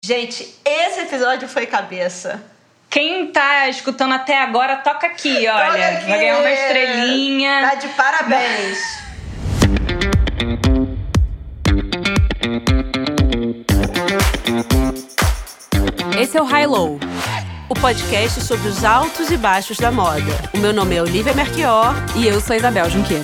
Gente, esse episódio foi cabeça. Quem tá escutando até agora, toca aqui, olha. Toca aqui. Vai ganhar uma estrelinha. Tá de parabéns. Esse é o High Low, o podcast sobre os altos e baixos da moda. O meu nome é Olivia Merchior e eu sou Isabel Junqueira.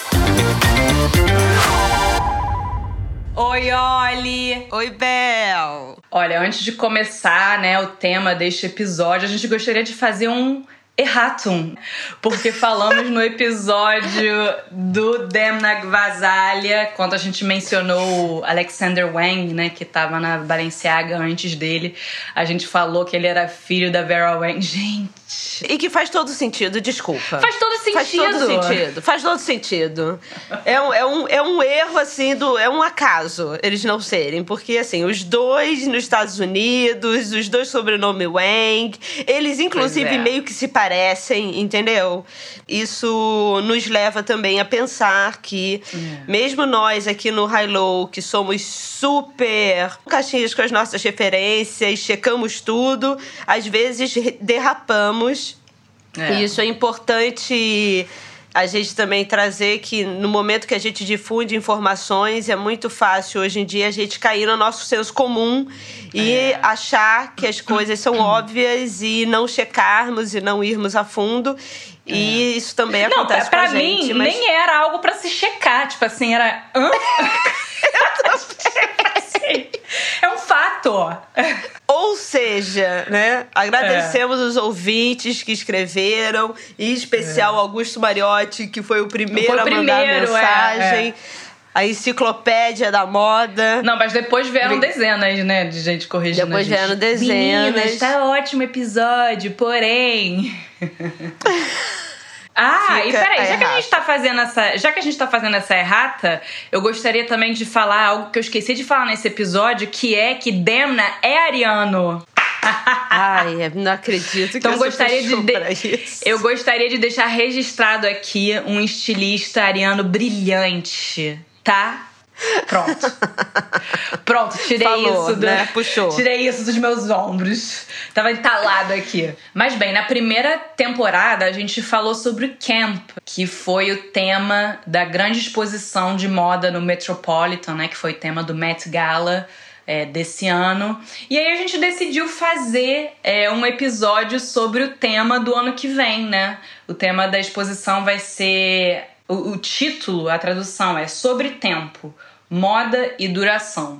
Oi, Oli! Oi, Bel! Olha, antes de começar, né, o tema deste episódio, a gente gostaria de fazer um erratum, porque falamos no episódio do Demna Gvasalia, quando a gente mencionou o Alexander Wang, né, que tava na Balenciaga antes dele, a gente falou que ele era filho da Vera Wang. Gente! E que faz todo sentido, desculpa. Faz todo sentido. Faz todo sentido. É um erro, assim, é um acaso eles não serem. Porque, assim, os dois nos Estados Unidos, os dois sobrenome Wang, eles, inclusive, meio que se parecem, entendeu? Isso nos leva também a pensar que, mesmo nós aqui no High Low, que somos super caixinhas com as nossas referências, checamos tudo, às vezes derrapamos. E isso é importante a gente também trazer, que no momento que a gente difunde informações, é muito fácil hoje em dia a gente cair no nosso senso comum e achar que as coisas são óbvias e não checarmos e não irmos a fundo. E isso também acontece com a gente. Pra mim, nem era algo pra se checar. Tipo assim, era... É um fato. Ou seja, né? Agradecemos os ouvintes que escreveram, em especial Augusto Mariotti, que foi o primeiro a mandar mensagem. A enciclopédia da moda. Não, mas depois vieram dezenas, né, de gente corrigindo. Depois vieram dezenas. Meninas, tá ótimo episódio, porém... E peraí, já que a gente tá fazendo essa errata, eu gostaria também de falar algo que eu esqueci de falar nesse episódio, que é que Demna é ariano. Ai, não acredito que então, eu gostaria de deixar registrado aqui um estilista ariano brilhante, tá? Pronto, tirei isso dos meus ombros. Tava entalado aqui. Mas bem, na primeira temporada a gente falou sobre o Camp, que foi o tema da grande exposição de moda no Metropolitan, né? Que foi o tema do Met Gala desse ano. E aí a gente decidiu fazer um episódio sobre o tema do ano que vem, né? O tema da exposição vai ser... O título, a tradução é Sobre Tempo, Moda e Duração.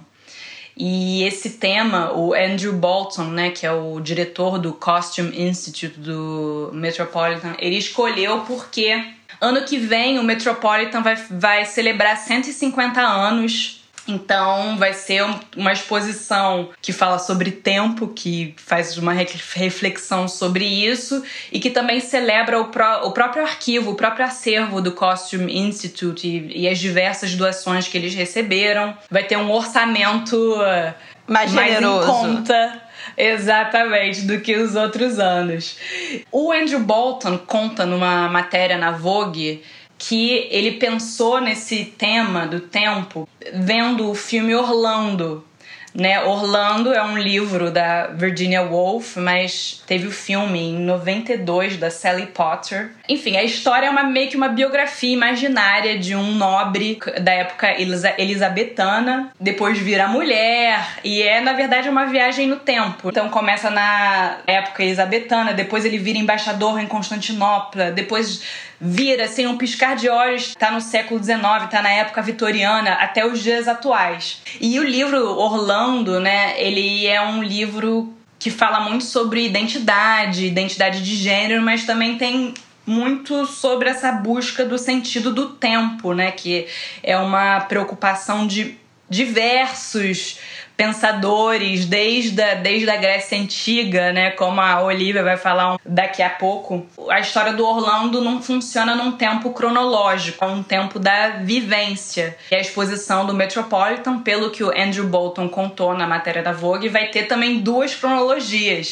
E esse tema, o Andrew Bolton, né, que é o diretor do Costume Institute do Metropolitan, ele escolheu porque ano que vem o Metropolitan vai celebrar 150 anos. Então vai ser uma exposição que fala sobre tempo, que faz uma reflexão sobre isso e que também celebra o próprio arquivo, o próprio acervo do Costume Institute e as diversas doações que eles receberam. Vai ter um orçamento mais generoso. Em conta, exatamente, do que os outros anos. O Andrew Bolton conta numa matéria na Vogue que ele pensou nesse tema do tempo vendo o filme Orlando, né? Orlando é um livro da Virginia Woolf, mas teve o filme em 92 da Sally Potter. Enfim, a história é meio que uma biografia imaginária de um nobre da época elisabetana, depois vira mulher, e na verdade uma viagem no tempo. Então começa na época elisabetana, depois ele vira embaixador em Constantinopla, depois vira, assim, um piscar de olhos, tá no século XIX, tá na época vitoriana, até os dias atuais. E o livro Orlando, né, ele é um livro que fala muito sobre identidade de gênero, mas também tem muito sobre essa busca do sentido do tempo, né, que é uma preocupação de diversos pensadores desde a Grécia Antiga, né? Como a Olivia vai falar daqui a pouco. A história do Orlando não funciona num tempo cronológico, é um tempo da vivência. E a exposição do Metropolitan, pelo que o Andrew Bolton contou na matéria da Vogue, vai ter também duas cronologias.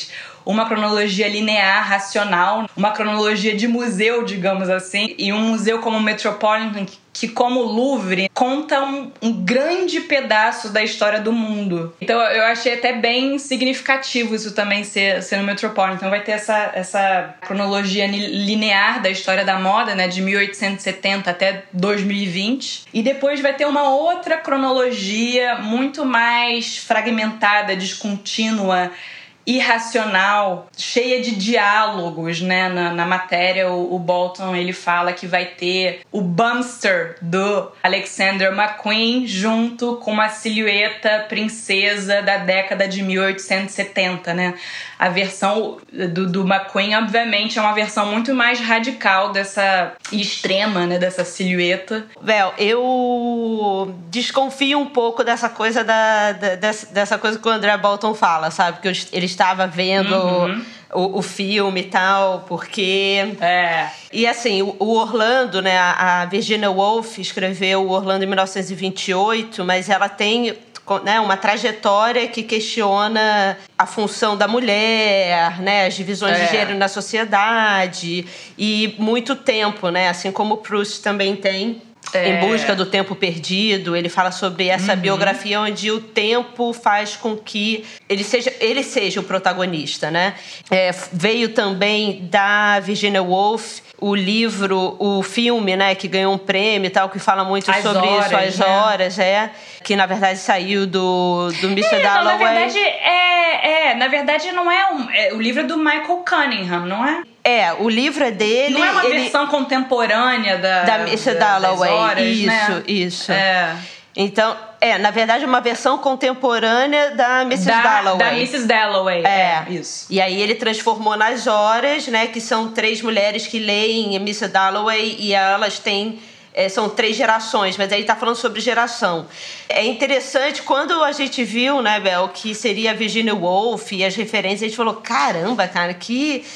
uma cronologia linear, racional, uma cronologia de museu, digamos assim, e um museu como o Metropolitan, que como o Louvre, conta um grande pedaço da história do mundo. Então eu achei até bem significativo isso também ser no Metropolitan. Então vai ter essa cronologia linear da história da moda, né, de 1870 até 2020. E depois vai ter uma outra cronologia muito mais fragmentada, descontínua, irracional, cheia de diálogos, né? Na matéria, o Bolton, ele fala que vai ter o Bumster do Alexander McQueen junto com uma silhueta princesa da década de 1870, né? A versão do McQueen, obviamente, é uma versão muito mais radical dessa extrema, né? Dessa silhueta. Vel, eu desconfio um pouco dessa coisa dessa coisa que o André Bolton fala, sabe? Que ele estava vendo o filme e tal, porque... E assim, o Orlando, né? A Virginia Woolf escreveu o Orlando em 1928, mas ela tem... né, uma trajetória que questiona a função da mulher, né, as divisões de gênero na sociedade, e muito tempo, né, assim como o Proust também tem. Em Busca do Tempo Perdido, ele fala sobre essa biografia onde o tempo faz com que ele seja o protagonista, né? Veio também da Virginia Woolf o filme, né, que ganhou um prêmio e tal, que fala muito sobre isso, As Horas, que na verdade saiu do Mr. Dalloway. Na verdade não é o livro é do Michael Cunningham, não é? O livro é dele. Não é uma versão contemporânea da Mr. Dalloway. Das Horas, Isso. Então, na verdade, uma versão contemporânea da Mrs. Dalloway. Da Mrs. Dalloway, isso. E aí ele transformou nas Horas, né, que são 3 mulheres que leem Mrs. Dalloway e elas têm... são 3 gerações, mas aí tá falando sobre geração. É interessante, quando a gente viu, né, Bel, que seria a Virginia Woolf e as referências, a gente falou, caramba, cara, que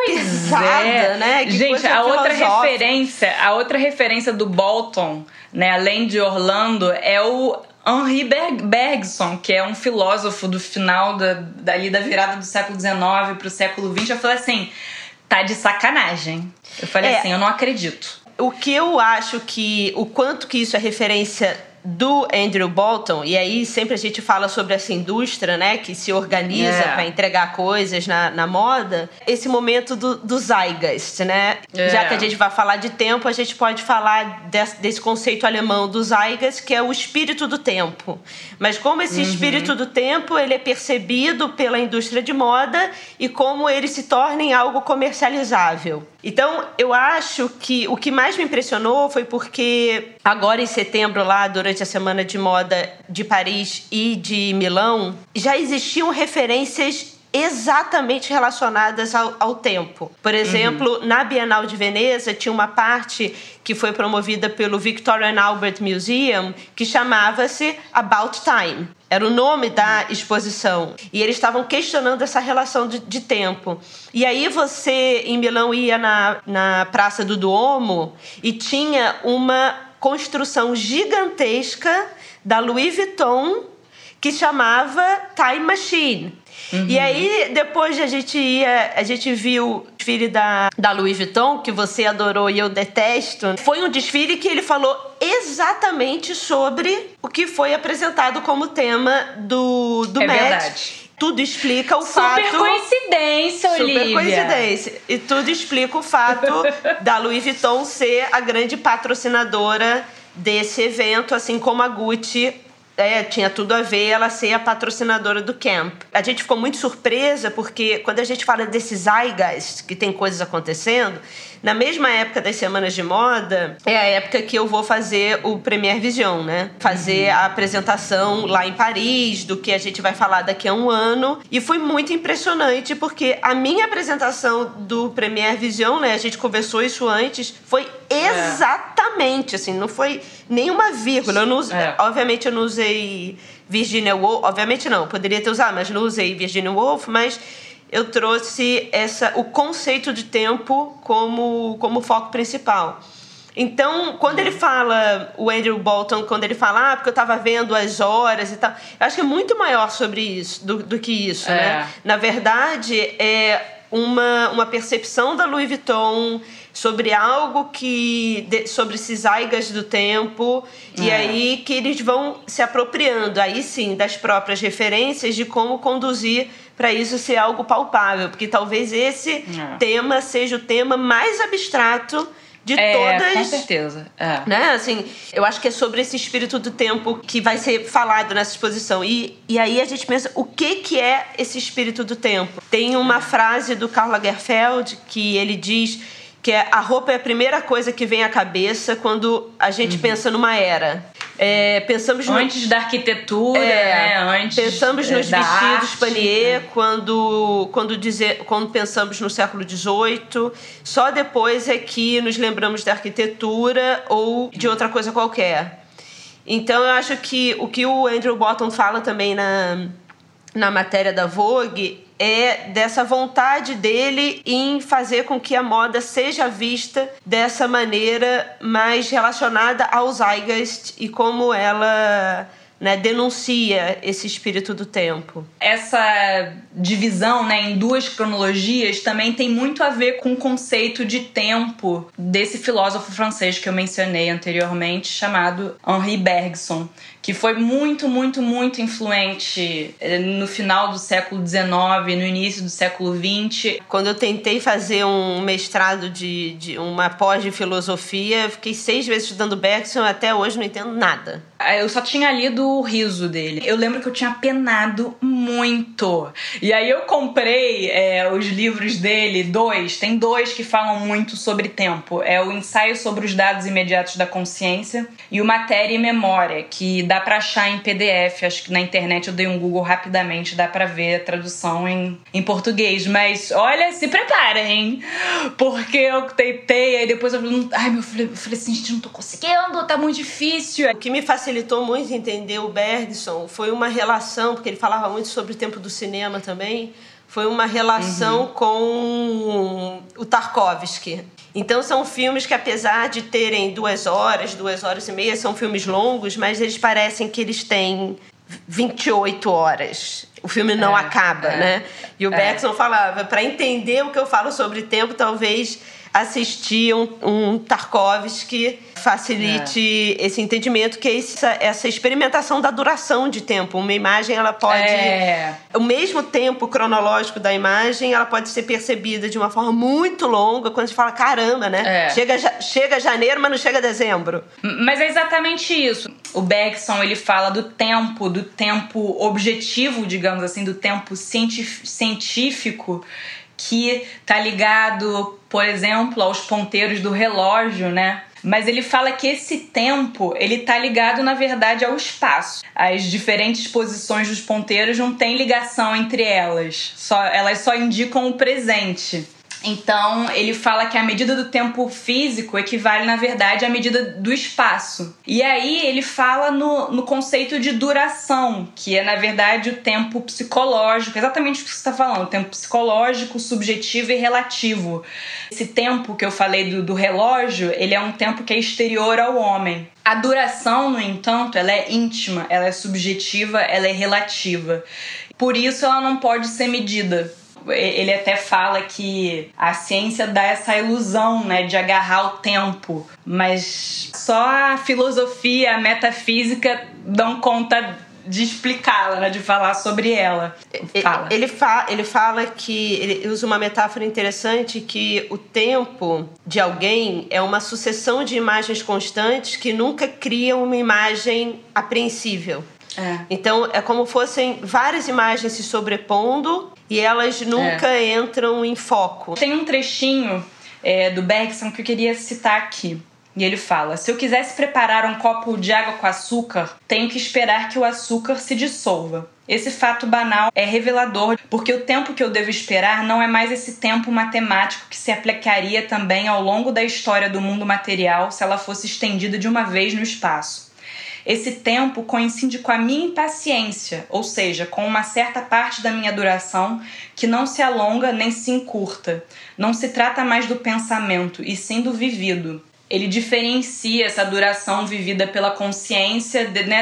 pesada, né? Que gente, a outra referência do Bolton, né, além de Orlando, é o Henri Bergson, que é um filósofo do final da virada do século XIX pro século XX. Eu falei assim, tá de sacanagem. Eu falei assim, eu não acredito. O que eu acho o quanto que isso é referência do Andrew Bolton, e aí sempre a gente fala sobre essa indústria, né, que se organiza para entregar coisas na moda, esse momento do Zeitgeist, né? Já que a gente vai falar de tempo, a gente pode falar desse conceito alemão do Zeitgeist, que é o espírito do tempo. Mas como esse espírito do tempo, ele é percebido pela indústria de moda e como ele se torna em algo comercializável. Então, eu acho que o que mais me impressionou foi porque agora em setembro, lá durante a Semana de Moda de Paris e de Milão, já existiam referências exatamente relacionadas ao tempo. Por exemplo, na Bienal de Veneza tinha uma parte que foi promovida pelo Victoria and Albert Museum que chamava-se About Time. Era o nome da exposição. E eles estavam questionando essa relação de tempo. E aí você, em Milão, ia na Praça do Duomo e tinha uma construção gigantesca da Louis Vuitton que chamava Time Machine. E aí, depois a gente viu o desfile da Louis Vuitton, que você adorou e eu detesto. Foi um desfile que ele falou exatamente sobre o que foi apresentado como tema do Met. Verdade. Tudo explica o fato... Super coincidência, Olivia. Super coincidência. E tudo explica o fato da Louis Vuitton ser a grande patrocinadora desse evento, assim como a Gucci... tinha tudo a ver ela ser a patrocinadora do camp. A gente ficou muito surpresa porque quando a gente fala desses Zeitgeist, que tem coisas acontecendo, na mesma época das Semanas de Moda, é a época que eu vou fazer o Premiere Vision, né? Fazer a apresentação lá em Paris, do que a gente vai falar daqui a um ano. E foi muito impressionante porque a minha apresentação do Premiere Vision, né? A gente conversou isso antes, foi exatamente, assim, não foi nenhuma vírgula. Eu não, obviamente eu não usei Virginia Woolf, obviamente não, poderia ter usado, mas não usei Virginia Woolf, mas eu trouxe o conceito de tempo como foco principal. Então, quando ele fala, o Andrew Bolton, quando ele fala, porque eu tava vendo as horas e tal, eu acho que é muito maior sobre isso do que isso, né? Na verdade, é uma percepção da Louis Vuitton sobre algo sobre esses zeitgeist do tempo, e aí que eles vão se apropriando, aí sim, das próprias referências de como conduzir para isso ser algo palpável, porque talvez esse tema seja o tema mais abstrato de todas. Com certeza. Né? Assim, eu acho que é sobre esse espírito do tempo que vai ser falado nessa exposição. E aí a gente pensa, o que é esse espírito do tempo? Tem uma frase do Karl Lagerfeld que ele diz que a roupa é a primeira coisa que vem à cabeça quando a gente pensa numa era. Pensamos antes da arquitetura, né? Antes pensamos nos da vestidos arte, panier quando pensamos no século XVIII. Só depois é que nos lembramos da arquitetura ou de outra coisa qualquer. Então eu acho que o que o Andrew Bolton fala também na matéria da Vogue é dessa vontade dele em fazer com que a moda seja vista dessa maneira mais relacionada ao zeitgeist e como ela, né, denuncia esse espírito do tempo. Essa divisão, né, em duas cronologias também tem muito a ver com o conceito de tempo desse filósofo francês que eu mencionei anteriormente, chamado Henri Bergson, que foi muito, muito, muito influente no final do século XIX, no início do século XX. Quando eu tentei fazer um mestrado de uma pós de filosofia, fiquei 6 vezes estudando Bergson, até hoje não entendo nada. Eu só tinha lido o riso dele. Eu lembro que eu tinha penado muito. E aí eu comprei os livros dele, tem dois que falam muito sobre tempo. É o Ensaio sobre os Dados Imediatos da Consciência e o Matéria e Memória, que dá pra achar em PDF. Acho que na internet eu dei um Google rapidamente, dá pra ver a tradução em português. Mas, olha, se preparem, porque eu tentei, aí depois eu falei assim, gente, não tô conseguindo, tá muito difícil. O que me facilitou muito entender o Bergson foi uma relação, porque ele falava muito sobre o tempo do cinema também, foi uma relação com o Tarkovsky. Então são filmes que, apesar de terem 2 horas e meia, são filmes longos, mas eles parecem que eles têm 28 horas. O filme não acaba, né? E o Bergson falava, para entender o que eu falo sobre tempo, talvez assistir um Tarkovsky facilite esse entendimento, que é essa experimentação da duração de tempo. Uma imagem, ela pode... O mesmo tempo cronológico da imagem, ela pode ser percebida de uma forma muito longa, quando a gente fala, caramba, né? Chega janeiro, mas não chega dezembro. Mas é exatamente isso. O Bergson, ele fala do tempo objetivo, digamos assim, do tempo científico, que tá ligado, por exemplo, aos ponteiros do relógio, né? Mas ele fala que esse tempo, ele tá ligado, na verdade, ao espaço. As diferentes posições dos ponteiros não tem ligação entre elas. Elas só indicam o presente. Então, ele fala que a medida do tempo físico equivale, na verdade, à medida do espaço. E aí, ele fala no conceito de duração, que é, na verdade, o tempo psicológico. Exatamente o que você está falando. O tempo psicológico, subjetivo e relativo. Esse tempo que eu falei do relógio, ele é um tempo que é exterior ao homem. A duração, no entanto, ela é íntima, ela é subjetiva, ela é relativa. Por isso, ela não pode ser medida. Ele até fala que a ciência dá essa ilusão, né, de agarrar o tempo, mas só a filosofia, a metafísica dão conta de explicá-la, né, de falar sobre ela. Ele fala que ele usa uma metáfora interessante, que o tempo de alguém é uma sucessão de imagens constantes que nunca criam uma imagem apreensível. Então é como fossem várias imagens se sobrepondo e elas nunca entram em foco. Tem um trechinho do Bergson que eu queria citar aqui. E ele fala: se eu quisesse preparar um copo de água com açúcar, tenho que esperar que o açúcar se dissolva. Esse fato banal é revelador, porque o tempo que eu devo esperar não é mais esse tempo matemático que se aplicaria também ao longo da história do mundo material se ela fosse estendida de uma vez no espaço. Esse tempo coincide com a minha impaciência, ou seja, com uma certa parte da minha duração que não se alonga nem se encurta. Não se trata mais do pensamento, e sim do vivido. ele diferencia essa duração vivida pela consciência, né,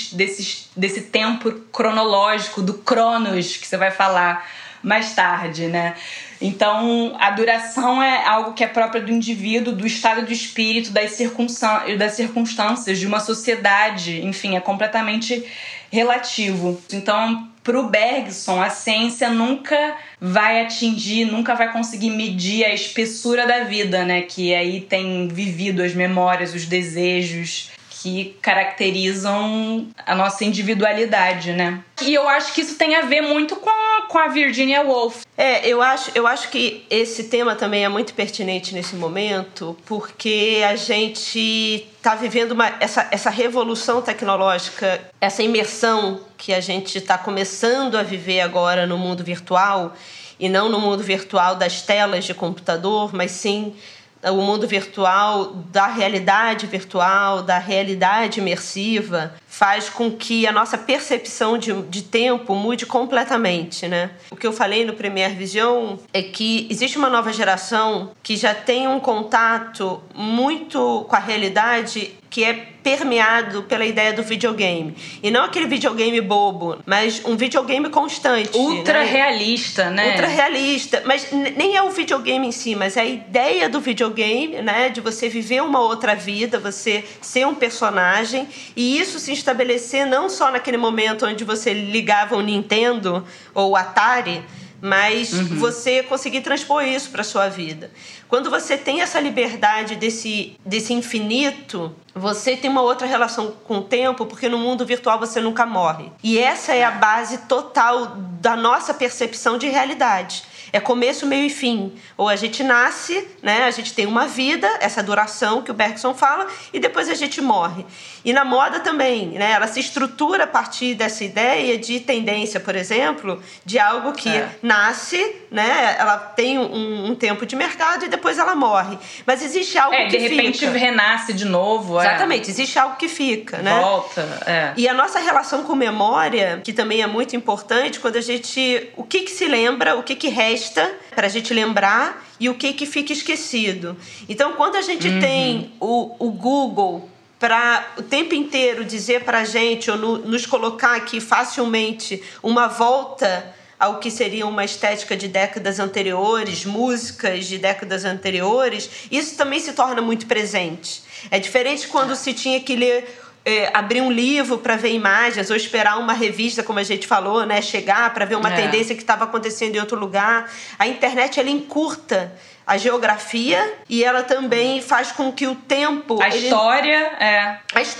desse tempo cronológico, do Cronos, que você vai falar mais tarde, né? Então, a duração é algo que é próprio do indivíduo, do estado de espírito, das circunstâncias, de uma sociedade, enfim, é completamente relativo. Então, para o Bergson, a ciência nunca vai atingir, nunca vai conseguir medir a espessura da vida, né? Que aí tem vivido as memórias, os desejos que caracterizam a nossa individualidade, né? E eu acho que isso tem a ver muito com a Virginia Woolf. Eu acho que esse tema também é muito pertinente nesse momento, porque a gente está vivendo essa revolução tecnológica, essa imersão que a gente está começando a viver agora no mundo virtual, e não no mundo virtual das telas de computador, mas sim o mundo virtual, da realidade virtual, da realidade imersiva, faz com que a nossa percepção de tempo mude completamente, né? O que eu falei no Premiere Vision é que existe uma nova geração que já tem um contato muito com a realidade que é permeado pela ideia do videogame. E não aquele videogame bobo, mas um videogame constante. Ultra realista, né? Ultra realista. Mas nem é o videogame em si, mas é a ideia do videogame, né? De você viver uma outra vida, você ser um personagem. E isso se estabelecer não só naquele momento onde você ligava o Nintendo ou o Atari, mas você conseguir transpor isso para sua vida. Quando você tem essa liberdade desse infinito, você tem uma outra relação com o tempo, porque no mundo virtual você nunca morre. E essa é a base total da nossa percepção de realidade. É começo, meio e fim. Ou a gente nasce, né? A gente tem uma vida, essa duração que o Bergson fala, e depois a gente morre. E na moda também, né? Ela se estrutura a partir dessa ideia de tendência, por exemplo, de algo que nasce, né? Ela tem um tempo de mercado e depois ela morre. Mas existe algo que fica. De repente renasce de novo. Exatamente, existe algo que fica, né? Volta, E a nossa relação com memória, que também é muito importante, quando a gente... O que se lembra, o que resta para a gente lembrar e o que fica esquecido. Então, quando a gente tem o Google para o tempo inteiro dizer para a gente, ou nos colocar aqui facilmente uma volta ao que seria uma estética de décadas anteriores, músicas de décadas anteriores, isso também se torna muito presente. É diferente quando se tinha que ler... abrir um livro para ver imagens ou esperar uma revista, como a gente falou, né, chegar para ver uma tendência que estava acontecendo em outro lugar. A internet, ela encurta a geografia e ela também faz com que o tempo... A história.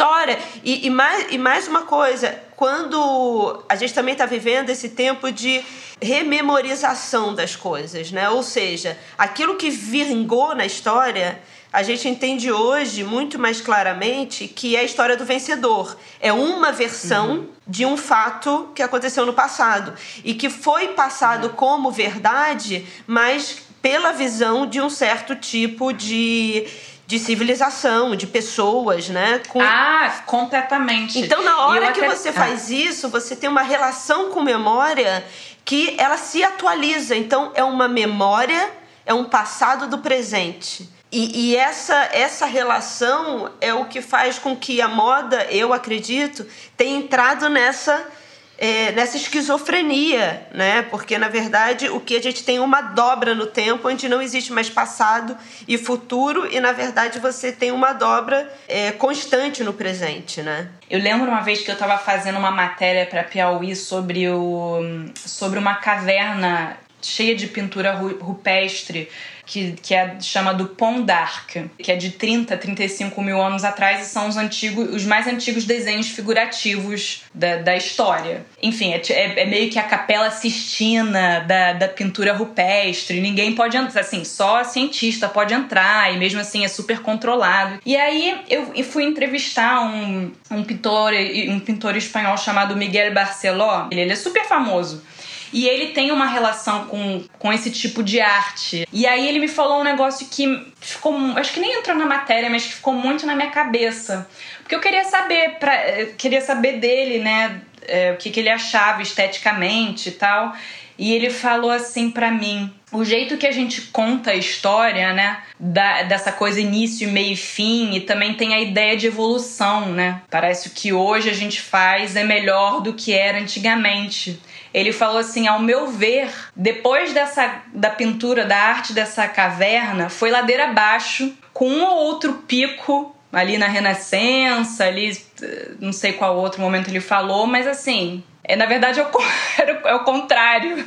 E mais uma coisa, quando a gente também está vivendo esse tempo de rememorização das coisas, né? Ou seja, aquilo que vingou na história... A gente entende hoje muito mais claramente que é a história do vencedor. É uma versão de um fato que aconteceu no passado e que foi passado como verdade, mas pela visão de um certo tipo de civilização, de pessoas, né? Completamente. Então, na hora que você faz isso, você tem uma relação com memória que ela se atualiza. Então, é uma memória, é um passado do presente. E essa relação é o que faz com que a moda, eu acredito, tenha entrado nessa esquizofrenia, né? Porque, na verdade, o que a gente tem é uma dobra no tempo, onde não existe mais passado e futuro, e, na verdade, você tem uma dobra constante no presente, né? Eu lembro uma vez que eu estava fazendo uma matéria para Piauí sobre uma caverna cheia de pintura rupestre, que chama do Pont d'Arc, que é de 30, 35 mil anos atrás e são os mais antigos desenhos figurativos da história. Enfim, é meio que a Capela Sistina da pintura rupestre. Ninguém pode entrar, assim, só cientista pode entrar e mesmo assim é super controlado. E aí eu fui entrevistar um pintor espanhol chamado Miguel Barceló. Ele é super famoso. E ele tem uma relação com esse tipo de arte. E aí ele me falou um negócio que ficou... Acho que nem entrou na matéria, mas que ficou muito na minha cabeça. Porque eu queria saber dele, né? O que ele achava esteticamente e tal. E ele falou assim pra mim... o jeito que a gente conta a história, né, dessa coisa início, meio e fim, e também tem a ideia de evolução, né? Parece que hoje a gente faz é melhor do que era antigamente. Ele falou assim, ao meu ver, depois da pintura, da arte dessa caverna, foi ladeira abaixo, com um ou outro pico ali na Renascença, ali, não sei qual outro momento ele falou, mas assim, na verdade é o contrário.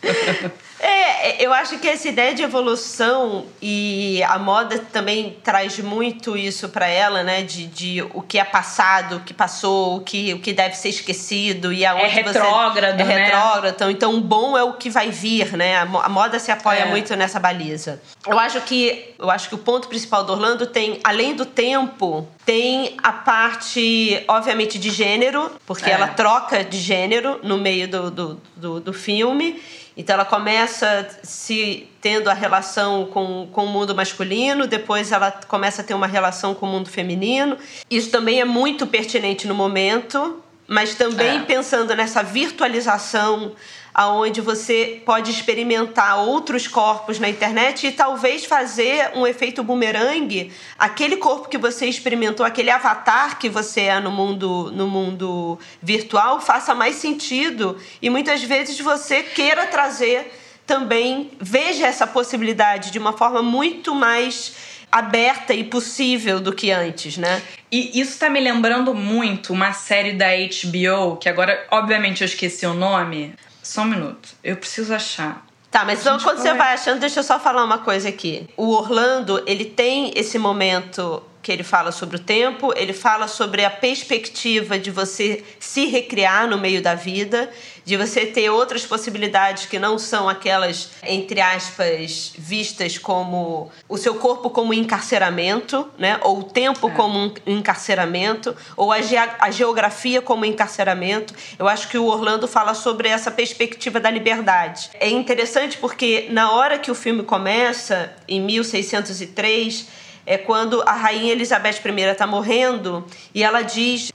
Eu acho que essa ideia de evolução, e a moda também traz muito isso para ela, né? De o que é passado, o que passou, o que deve ser esquecido. E aonde retrógrado, você... né? Retrógrado. Então, o bom é o que vai vir, né? A moda se apoia muito nessa baliza. Eu acho que o ponto principal do Orlando tem, além do tempo, tem a parte, obviamente, de gênero, porque ela troca de gênero no meio do filme. Então ela começa tendo a relação com o mundo masculino, depois ela começa a ter uma relação com o mundo feminino. Isso também é muito pertinente no momento, mas também pensando nessa virtualização onde você pode experimentar outros corpos na internet e talvez fazer um efeito bumerangue. Aquele corpo que você experimentou, aquele avatar que você é no mundo virtual, faça mais sentido. E muitas vezes você queira trazer também, veja essa possibilidade de uma forma muito mais aberta e possível do que antes, né? E isso tá me lembrando muito uma série da HBO, que agora, obviamente, eu esqueci o nome. Só um minuto, eu preciso achar. Tá, mas então quando você vai achando, deixa eu só falar uma coisa aqui. O Orlando, ele tem esse momento que ele fala sobre o tempo, ele fala sobre a perspectiva de você se recriar no meio da vida, de você ter outras possibilidades que não são aquelas, entre aspas, vistas como o seu corpo como encarceramento, né? Ou o tempo como um encarceramento, ou a geografia como encarceramento. Eu acho que o Orlando fala sobre essa perspectiva da liberdade. É interessante porque na hora que o filme começa, em 1603, é quando a rainha Elizabeth I está morrendo e ela diz,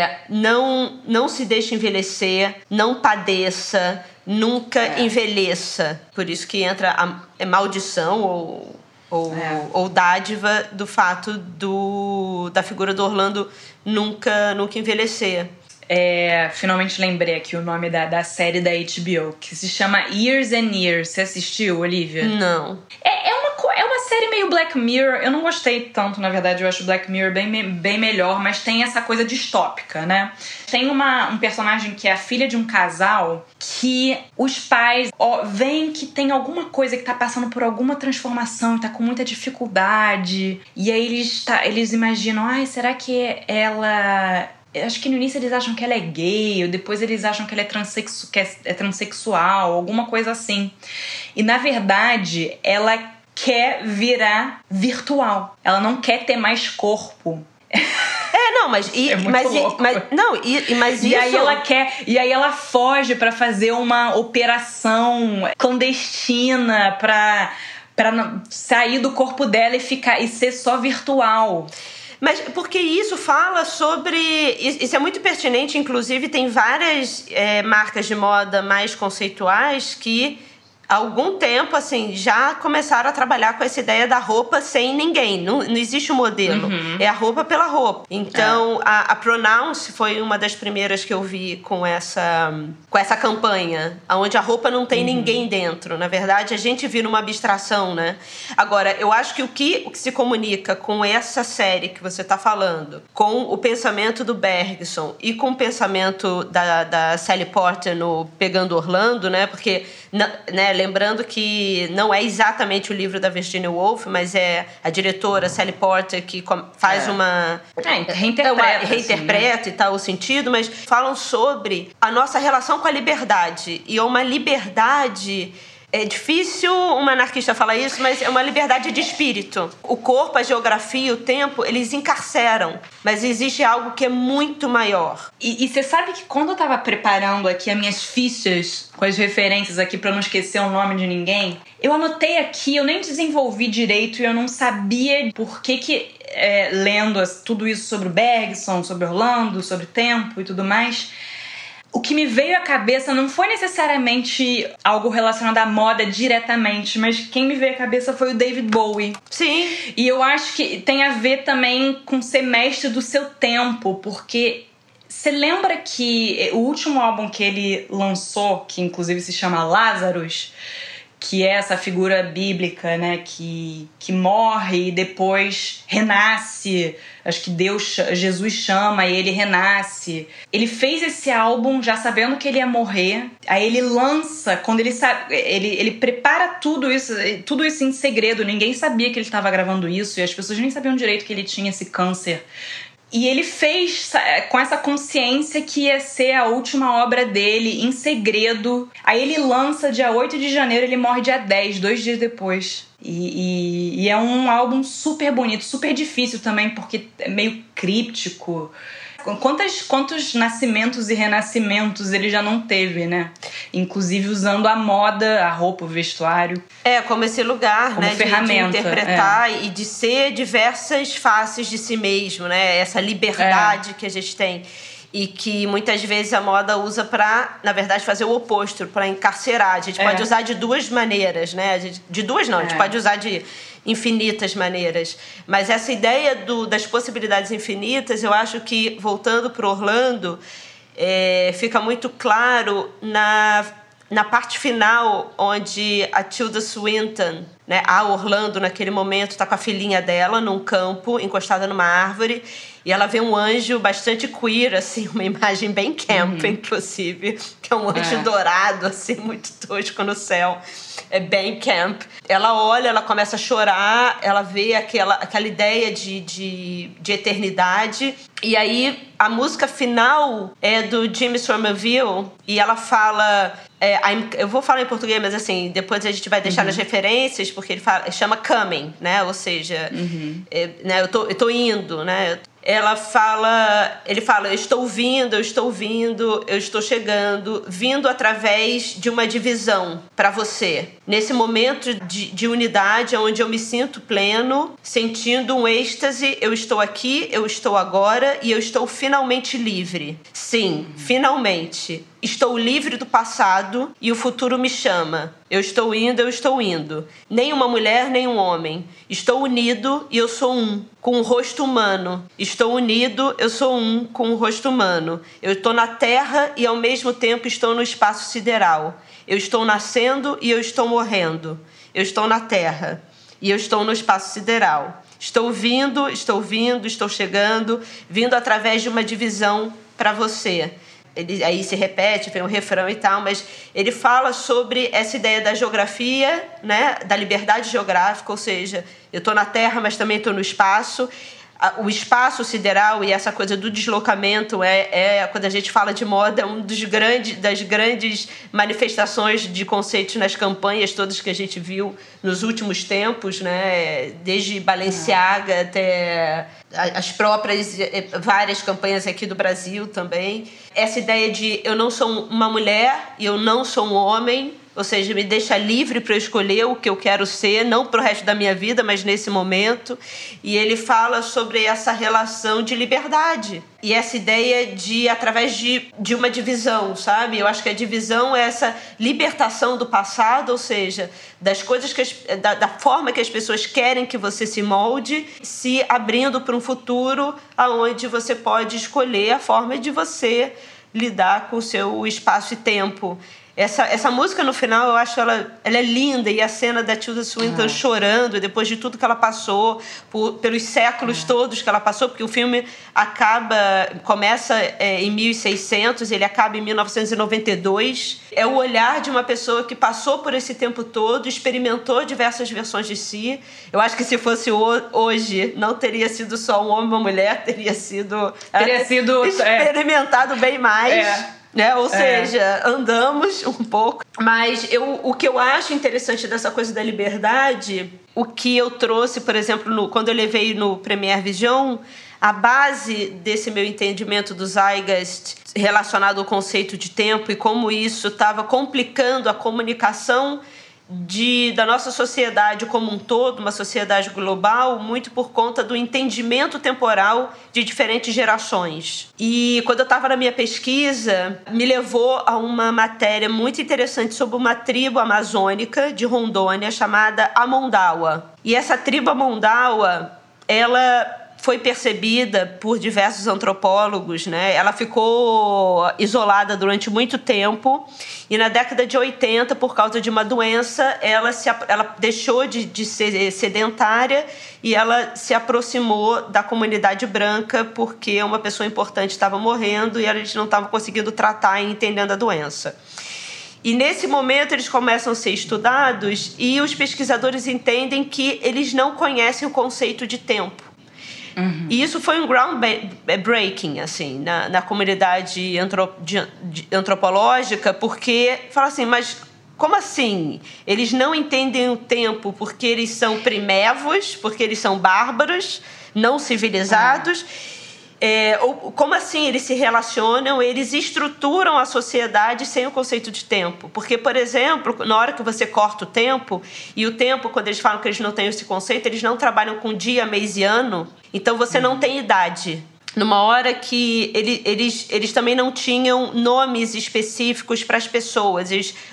não se deixe envelhecer, não padeça, nunca envelheça. Por isso que entra a maldição ou dádiva do fato da figura do Orlando nunca envelhecer. Finalmente lembrei aqui o nome da série da HBO, que se chama Years and Years. Você assistiu, Olivia? Não. É uma série meio Black Mirror. Eu não gostei tanto, na verdade. Eu acho Black Mirror bem melhor, mas tem essa coisa distópica, né? Tem um personagem que é a filha de um casal que os pais veem que tem alguma coisa que tá passando por alguma transformação e tá com muita dificuldade. E aí eles imaginam, será que ela... Acho que no início eles acham que ela é gay, ou depois eles acham que ela é transexual, alguma coisa assim. E, na verdade, ela quer virar virtual. Ela não quer ter mais corpo. Mas isso... E aí ela foge pra fazer uma operação clandestina pra sair do corpo dela e ser só virtual. Mas porque isso fala sobre... Isso é muito pertinente, inclusive tem várias marcas de moda mais conceituais que há algum tempo assim, já começaram a trabalhar com essa ideia da roupa sem ninguém. Não existe um modelo. É a roupa pela roupa. Então, a Pronounce foi uma das primeiras que eu vi com essa campanha, onde a roupa não tem ninguém dentro. Na verdade, a gente vira uma abstração, né? Agora, eu acho que o que se comunica com essa série que você está falando, com o pensamento do Bergson e com o pensamento da Sally Porter no Pegando Orlando, né? Porque, né, lembrando que não é exatamente o livro da Virginia Woolf, mas é a diretora Sally Porter que faz uma... reinterpreta assim, né? E tal o sentido, mas falam sobre a nossa relação com a liberdade. E uma liberdade... É difícil um anarquista falar isso, mas é uma liberdade de espírito. O corpo, a geografia, o tempo, eles encarceram. Mas existe algo que é muito maior. E você sabe que quando eu tava preparando aqui as minhas fichas com as referências aqui pra não esquecer o nome de ninguém, eu anotei aqui, eu nem desenvolvi direito e eu não sabia por que lendo tudo isso sobre o Bergson, sobre Orlando, sobre tempo e tudo mais... O que me veio à cabeça não foi necessariamente algo relacionado à moda diretamente, mas quem me veio à cabeça foi o David Bowie. Sim. E eu acho que tem a ver também com ser mestre do seu tempo, porque você lembra que o último álbum que ele lançou, que inclusive se chama Lazarus, que é essa figura bíblica, né, que morre e depois renasce. Acho que Jesus chama e ele renasce. Ele fez esse álbum já sabendo que ele ia morrer. Aí ele lança, quando ele sabe, ele prepara tudo isso em segredo. Ninguém sabia que ele estava gravando isso e as pessoas nem sabiam direito que ele tinha esse câncer. E ele fez com essa consciência que ia ser a última obra dele, em segredo. Aí ele lança dia 8 de janeiro, ele morre dia 10, 2 dias depois. E é um álbum super bonito, super difícil também, porque é meio críptico. Quantos nascimentos e renascimentos ele já não teve, né? Inclusive usando a moda, a roupa, o vestuário. Como esse lugar, como né? Ferramenta, de interpretar e de ser diversas faces de si mesmo, né? Essa liberdade que a gente tem. E que muitas vezes a moda usa para, na verdade, fazer o oposto, para encarcerar. A gente pode usar de duas maneiras, né? De duas não, a gente pode usar de infinitas maneiras. Mas essa ideia das possibilidades infinitas, eu acho que, voltando para Orlando, fica muito claro na parte final, onde a Tilda Swinton, né, a Orlando, naquele momento, está com a filhinha dela num campo, encostada numa árvore, e ela vê um anjo bastante queer, assim, uma imagem bem camp, inclusive, que é um anjo dourado, assim, muito tosco no céu. É bem camp. Ela olha, ela começa a chorar, ela vê aquela ideia de eternidade. E aí, a música final é do Jimmy Somerville, e ela fala... eu vou falar em português, mas assim, depois a gente vai deixar nas referências, porque ele chama coming, né? Ou seja, né? Eu tô indo, né? Ele fala, eu estou vindo, eu estou chegando, vindo através de uma divisão para você. Nesse momento de unidade, onde eu me sinto pleno, sentindo um êxtase, eu estou aqui, eu estou agora e eu estou finalmente livre. Sim, finalmente. Estou livre do passado e o futuro me chama. Eu estou indo. Nem uma mulher, nem um homem. Estou unido e eu sou um, com um rosto humano. Estou unido, eu sou um, com um rosto humano. Eu estou na Terra e ao mesmo tempo estou no espaço sideral. Eu estou nascendo e eu estou morrendo. Eu estou na Terra e eu estou no espaço sideral. Estou vindo, estou chegando, vindo através de uma divisão para você. Ele aí se repete, vem um refrão e tal, mas ele fala sobre essa ideia da geografia, né, da liberdade geográfica, ou seja, eu estou na Terra, mas também estou no espaço. O espaço sideral e essa coisa do deslocamento quando a gente fala de moda, é das grandes manifestações de conceitos nas campanhas todas que a gente viu nos últimos tempos, né? Desde Balenciaga até as próprias várias campanhas aqui do Brasil também. Essa ideia de eu não sou uma mulher e eu não sou um homem, ou seja, me deixa livre para eu escolher o que eu quero ser, não para o resto da minha vida, mas nesse momento. E ele fala sobre essa relação de liberdade. E essa ideia de, através de uma divisão, sabe? Eu acho que a divisão é essa libertação do passado, ou seja, das coisas da forma que as pessoas querem que você se molde, se abrindo para um futuro onde você pode escolher a forma de você lidar com o seu espaço e tempo. Essa música, no final, eu acho ela é linda. E a cena da Tilda Swinton chorando, depois de tudo que ela passou, pelos séculos todos que ela passou, porque o filme começa em 1600, ele acaba em 1992. É o olhar de uma pessoa que passou por esse tempo todo, experimentou diversas versões de si. Eu acho que se fosse hoje, não teria sido só um homem ou uma mulher, teria sido experimentado bem mais. Né? Ou seja, andamos um pouco. Mas o que eu acho interessante dessa coisa da liberdade, o que eu trouxe, por exemplo, quando eu levei no Premiere Vision, a base desse meu entendimento do Zeitgeist relacionado ao conceito de tempo e como isso estava complicando a comunicação da nossa sociedade como um todo, uma sociedade global, muito por conta do entendimento temporal de diferentes gerações. E quando eu estava na minha pesquisa, me levou a uma matéria muito interessante sobre uma tribo amazônica de Rondônia chamada Amondawa. E essa tribo Amondawa, ela foi percebida por diversos antropólogos, né? Ela ficou isolada durante muito tempo e na década de 80, por causa de uma doença, ela deixou de ser sedentária e ela se aproximou da comunidade branca porque uma pessoa importante estava morrendo e a gente não estava conseguindo tratar e entendendo a doença. E nesse momento eles começam a ser estudados e os pesquisadores entendem que eles não conhecem o conceito de tempo. Uhum. E isso foi um groundbreaking, assim, na comunidade antropológica, porque fala assim, mas como assim? Eles não entendem o tempo porque eles são primevos, porque eles são bárbaros, não civilizados. Ou como assim eles se relacionam, eles estruturam a sociedade sem o conceito de tempo. Porque, por exemplo, na hora que você corta o tempo, e o tempo, quando eles falam que eles não têm esse conceito, eles não trabalham com dia, mês e ano, então você não tem idade. Numa hora que eles também não tinham nomes específicos para as pessoas,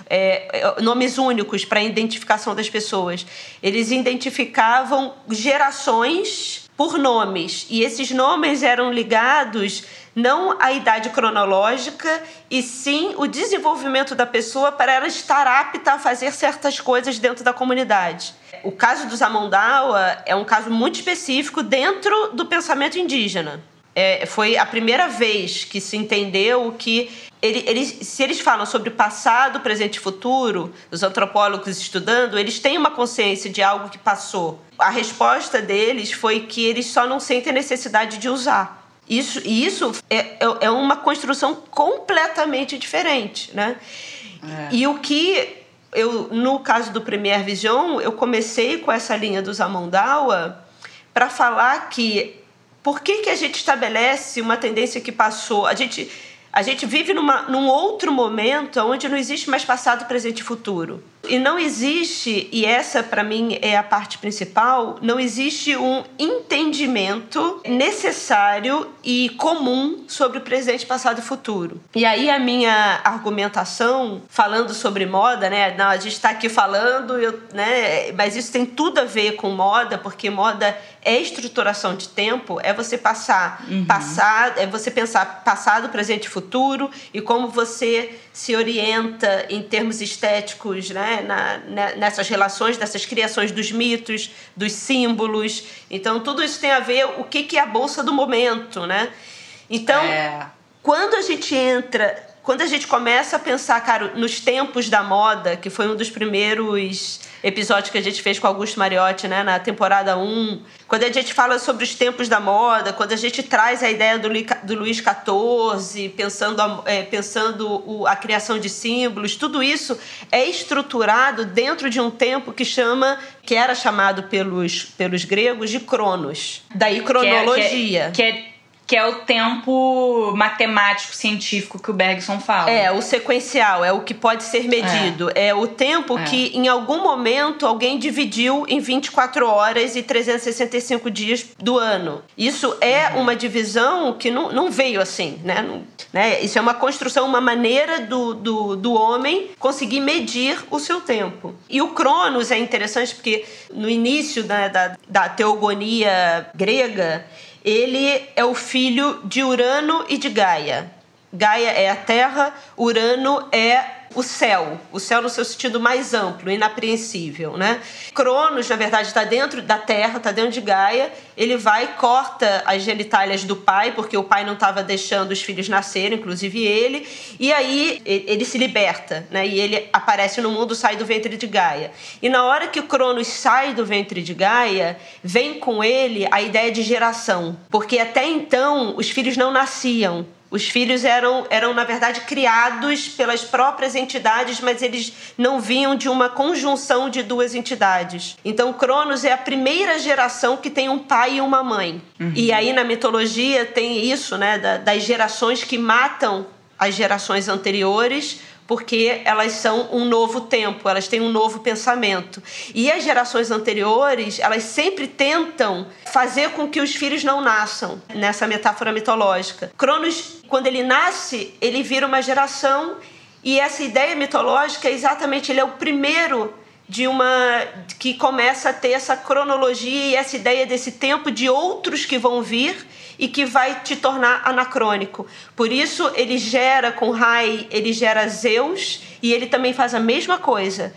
nomes únicos para a identificação das pessoas. Eles identificavam gerações por nomes, e esses nomes eram ligados não à idade cronológica, e sim o desenvolvimento da pessoa para ela estar apta a fazer certas coisas dentro da comunidade. O caso dos Amondawa é um caso muito específico dentro do pensamento indígena. Foi a primeira vez que se entendeu que se eles falam sobre passado, presente e futuro, os antropólogos estudando, eles têm uma consciência de algo que passou. A resposta deles foi que eles só não sentem necessidade de usar. Isso é uma construção completamente diferente, né? E o que no caso do Premier Vision, eu comecei com essa linha dos Amondawa para falar que por que a gente estabelece uma tendência que passou? A gente vive num outro momento onde não existe mais passado, presente e futuro. E não existe, e essa para mim é a parte principal, não existe um entendimento necessário e comum sobre o presente, passado e futuro. E aí a minha argumentação, falando sobre moda, né? Não, a gente está aqui falando, né? Mas isso tem tudo a ver com moda, porque moda é estruturação de tempo, é você passar passado, é você pensar passado, presente e futuro, e como você se orienta em termos estéticos, né? Nessas relações, nessas criações dos mitos, dos símbolos. Então, tudo isso tem a ver o que é a bolsa do momento, né? Então, quando a gente começa a pensar, cara, nos tempos da moda, que foi um dos primeiros episódios que a gente fez com Augusto Mariotti, né, na temporada 1, quando a gente fala sobre os tempos da moda, quando a gente traz a ideia do Luís XIV, pensando a criação de símbolos, tudo isso é estruturado dentro de um tempo que era chamado pelos gregos de Cronos. Daí cronologia. Que é o tempo matemático, científico que o Bergson fala. O sequencial, é o que pode ser medido. É o tempo que, em algum momento, alguém dividiu em 24 horas e 365 dias do ano. Isso é uma divisão que não veio assim, né? Isso é uma construção, uma maneira do homem conseguir medir o seu tempo. E o Cronos é interessante porque, no início da teogonia grega, ele é o filho de Urano e de Gaia. Gaia é a Terra, Urano é o céu no seu sentido mais amplo, inapreensível, né? Cronos, na verdade, está dentro da Terra, está dentro de Gaia. Ele vai e corta as genitálias do pai, porque o pai não estava deixando os filhos nascerem, inclusive ele. E aí ele se liberta, né? E ele aparece no mundo, sai do ventre de Gaia. E na hora que o Cronos sai do ventre de Gaia, vem com ele a ideia de geração. Porque até então os filhos não nasciam. Os filhos eram, na verdade, criados pelas próprias entidades, mas eles não vinham de uma conjunção de duas entidades. Então, Cronos é a primeira geração que tem um pai e uma mãe. E aí, na mitologia, tem isso, né, das gerações que matam as gerações anteriores, porque elas são um novo tempo, elas têm um novo pensamento. E as gerações anteriores, elas sempre tentam fazer com que os filhos não nasçam, nessa metáfora mitológica. Cronos, quando ele nasce, ele vira uma geração, e essa ideia mitológica é exatamente, ele é o primeiro que começa a ter essa cronologia e essa ideia desse tempo de outros que vão vir e que vai te tornar anacrônico. Por isso, ele gera com Rai, ele gera Zeus, e ele também faz a mesma coisa.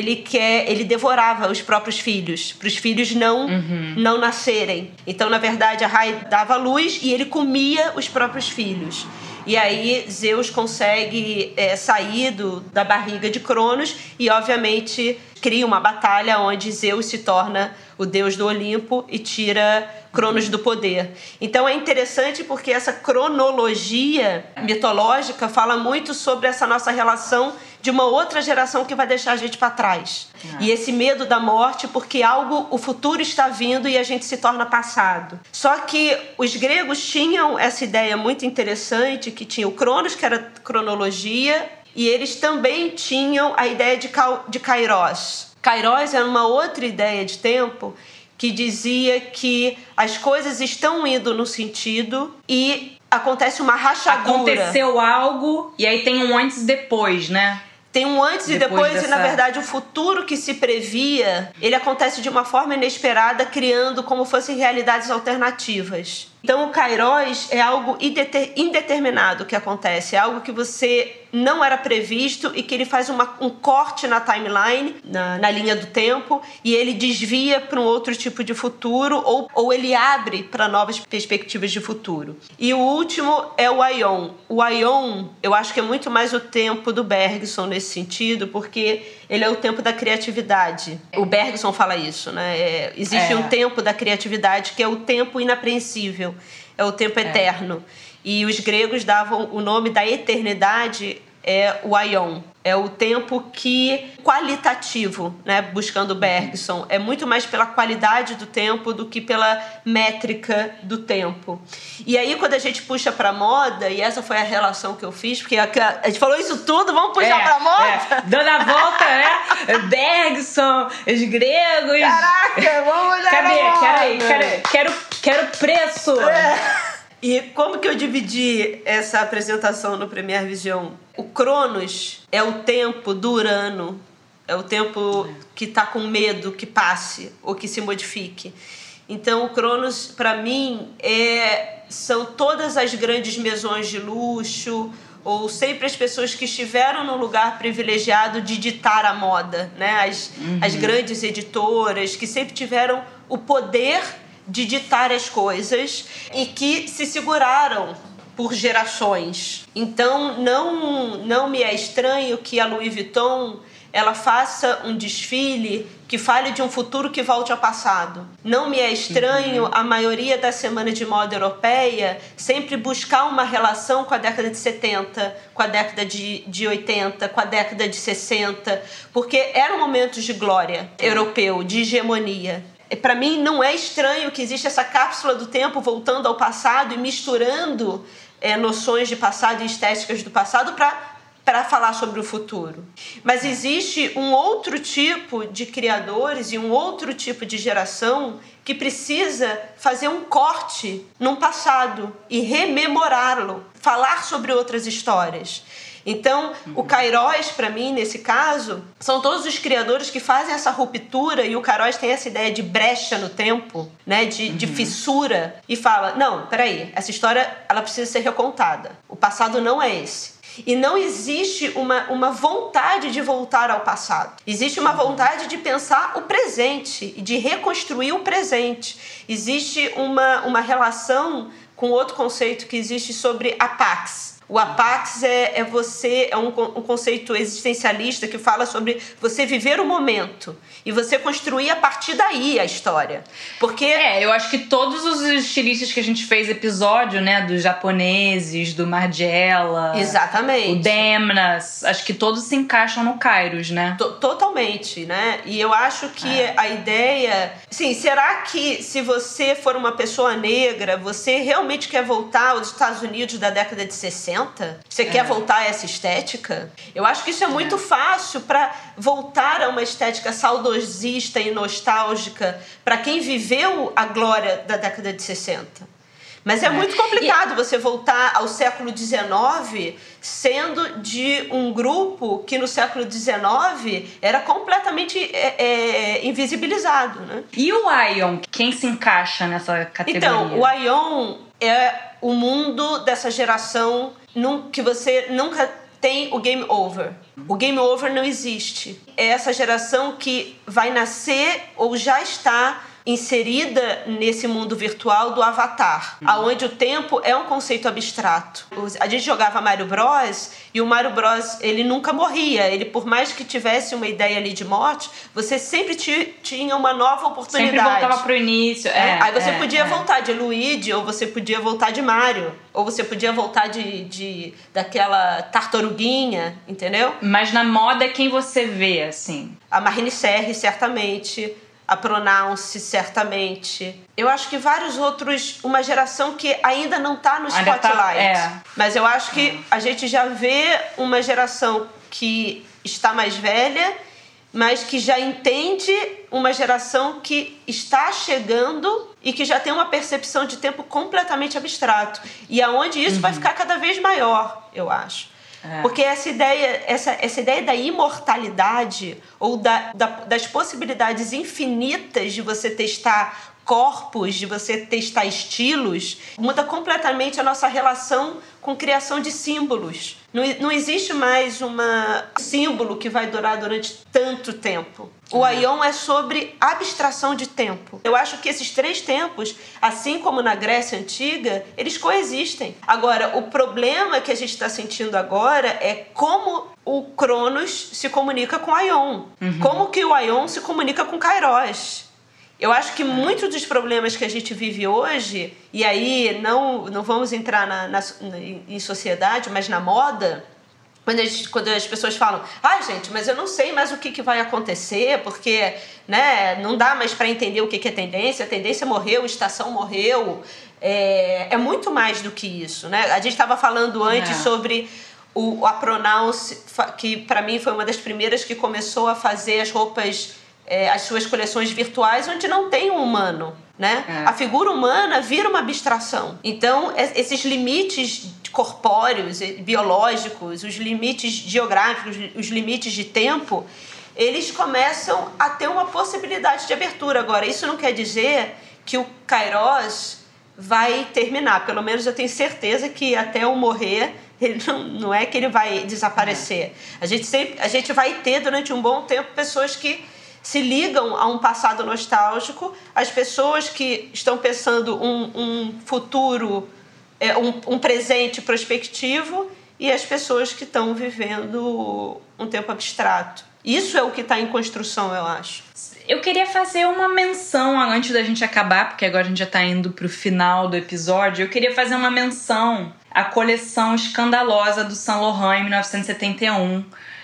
Ele devorava os próprios filhos, para os filhos não nascerem. Então, na verdade, a Rai dava luz e ele comia os próprios filhos. E aí Zeus consegue sair da barriga de Cronos e, obviamente, cria uma batalha onde Zeus se torna o deus do Olimpo e tira Cronos do poder. Então é interessante porque essa cronologia mitológica fala muito sobre essa nossa relação de uma outra geração que vai deixar a gente para trás. E esse medo da morte porque o futuro está vindo e a gente se torna passado. Só que os gregos tinham essa ideia muito interessante, que tinha o Cronos, que era cronologia, e eles também tinham a ideia de Kairos. Kairos era uma outra ideia de tempo que dizia que as coisas estão indo no sentido e acontece uma rachadura. Aconteceu algo e aí tem um antes e depois, né? Tem um antes e depois, e na verdade o futuro que se previa, ele acontece de uma forma inesperada, criando como fossem realidades alternativas. Então o Kairos é algo indeterminado que acontece, é algo que você não era previsto e que ele faz um corte na timeline, na linha do tempo, e ele desvia para um outro tipo de futuro ou ele abre para novas perspectivas de futuro. E o último é o Aion. O Aion, eu acho que é muito mais o tempo do Bergson nesse sentido, porque ele é o tempo da criatividade. O Bergson fala isso, né? Existe um tempo da criatividade que é o tempo inapreensível, é o tempo eterno. E os gregos davam o nome da eternidade, o Aion. É o tempo qualitativo, né? Buscando Bergson. É muito mais pela qualidade do tempo do que pela métrica do tempo. E aí, quando a gente puxa pra moda, e essa foi a relação que eu fiz, porque a gente falou isso tudo, vamos puxar pra moda? Dando a volta, né? Bergson, os gregos. Caraca, vamos olhar. Cadê? Quero preço! E como que eu dividi essa apresentação no Premier Vision? O Cronos é o tempo do Urano, é o tempo que está com medo que passe ou que se modifique. Então o Cronos, para mim, são todas as grandes maisons de luxo, ou sempre as pessoas que estiveram num lugar privilegiado de ditar a moda, né? As grandes editoras que sempre tiveram o poder de ditar as coisas e que se seguraram por gerações. Então, não me é estranho que a Louis Vuitton ela faça um desfile que fale de um futuro que volte ao passado. Não me é estranho a maioria da Semana de Moda Europeia sempre buscar uma relação com a década de 70, com a década de 80, com a década de 60, porque eram momentos de glória europeu, de hegemonia. Para mim, não é estranho que existe essa cápsula do tempo voltando ao passado e misturando noções de passado e estéticas do passado para falar sobre o futuro. Mas existe um outro tipo de criadores e um outro tipo de geração que precisa fazer um corte num passado e rememorá-lo, falar sobre outras histórias. Então, o Kairos, para mim, nesse caso, são todos os criadores que fazem essa ruptura, e o Kairos tem essa ideia de brecha no tempo, né, de fissura, e fala, não, peraí, essa história ela precisa ser recontada. O passado não é esse. E não existe uma vontade de voltar ao passado. Existe uma vontade de pensar o presente e de reconstruir o presente. Existe uma relação com outro conceito que existe sobre a pax. O apax é um conceito existencialista que fala sobre você viver o momento e você construir a partir daí a história. Porque eu acho que todos os estilistas que a gente fez episódio, né, dos japoneses, do Margiela, exatamente, o Demnas, acho que todos se encaixam no Kairos, né? Totalmente, né? E eu acho que a ideia... Sim, será que se você for uma pessoa negra, você realmente quer voltar aos Estados Unidos da década de 60? 60? Você quer voltar a essa estética? Eu acho que isso é muito fácil para voltar a uma estética saudosista e nostálgica para quem viveu a glória da década de 60. Mas é muito complicado você voltar ao século XIX sendo de um grupo que no século XIX era completamente invisibilizado, né? E o Aion? Quem se encaixa nessa categoria? Então, o Aion é o mundo dessa geração que você nunca tem o game over. O game over não existe. É essa geração que vai nascer ou já está inserida nesse mundo virtual do Avatar, aonde o tempo é um conceito abstrato. A gente jogava Mario Bros e o Mario Bros, ele nunca morria. Ele, por mais que tivesse uma ideia ali de morte, você sempre tinha uma nova oportunidade. Sempre voltava pro início. Aí você podia voltar de Luigi, ou você podia voltar de Mario, ou você podia voltar daquela tartaruguinha, entendeu? Mas na moda, quem você vê, assim? A Marine Serre, certamente. A Pronounce, certamente. Eu acho que vários outros, uma geração que ainda não está no spotlight. Mas eu acho que a gente já vê uma geração que está mais velha, mas que já entende uma geração que está chegando e que já tem uma percepção de tempo completamente abstrato. E aonde isso vai ficar cada vez maior, eu acho. Porque essa ideia da imortalidade ou das possibilidades infinitas de você testar corpos, de você testar estilos, muda completamente a nossa relação com criação de símbolos. Não existe mais um símbolo que vai durar durante tanto tempo. O Aion é sobre abstração de tempo. Eu acho que esses três tempos, assim como na Grécia Antiga, eles coexistem. Agora, o problema que a gente está sentindo agora é como o Cronos se comunica com o Aion. Como que o Aion se comunica com Kairos. Eu acho que muitos dos problemas que a gente vive hoje, e aí não vamos entrar em sociedade, mas na moda, quando as pessoas falam, gente, mas eu não sei mais o que vai acontecer, porque não dá mais para entender o que é tendência, a tendência morreu, a estação morreu, é muito mais do que isso, né? A gente estava falando antes sobre a Pronounce, que para mim foi uma das primeiras que começou a fazer as roupas, as suas coleções virtuais, onde não tem um humano, né? A figura humana vira uma abstração. Então, esses limites corpóreos, biológicos, os limites geográficos, os limites de tempo, eles começam a ter uma possibilidade de abertura. Agora, isso não quer dizer que o Kairos vai terminar. Pelo menos eu tenho certeza que até eu morrer, ele não é que ele vai desaparecer. A gente vai ter, durante um bom tempo, pessoas que se ligam a um passado nostálgico, as pessoas que estão pensando um futuro, um presente prospectivo, e as pessoas que estão vivendo um tempo abstrato. Isso é o que está em construção, eu acho. Eu queria fazer uma menção, antes da gente acabar, porque agora a gente já está indo para o final do episódio, eu queria fazer uma menção à coleção escandalosa do Saint Laurent em 1971,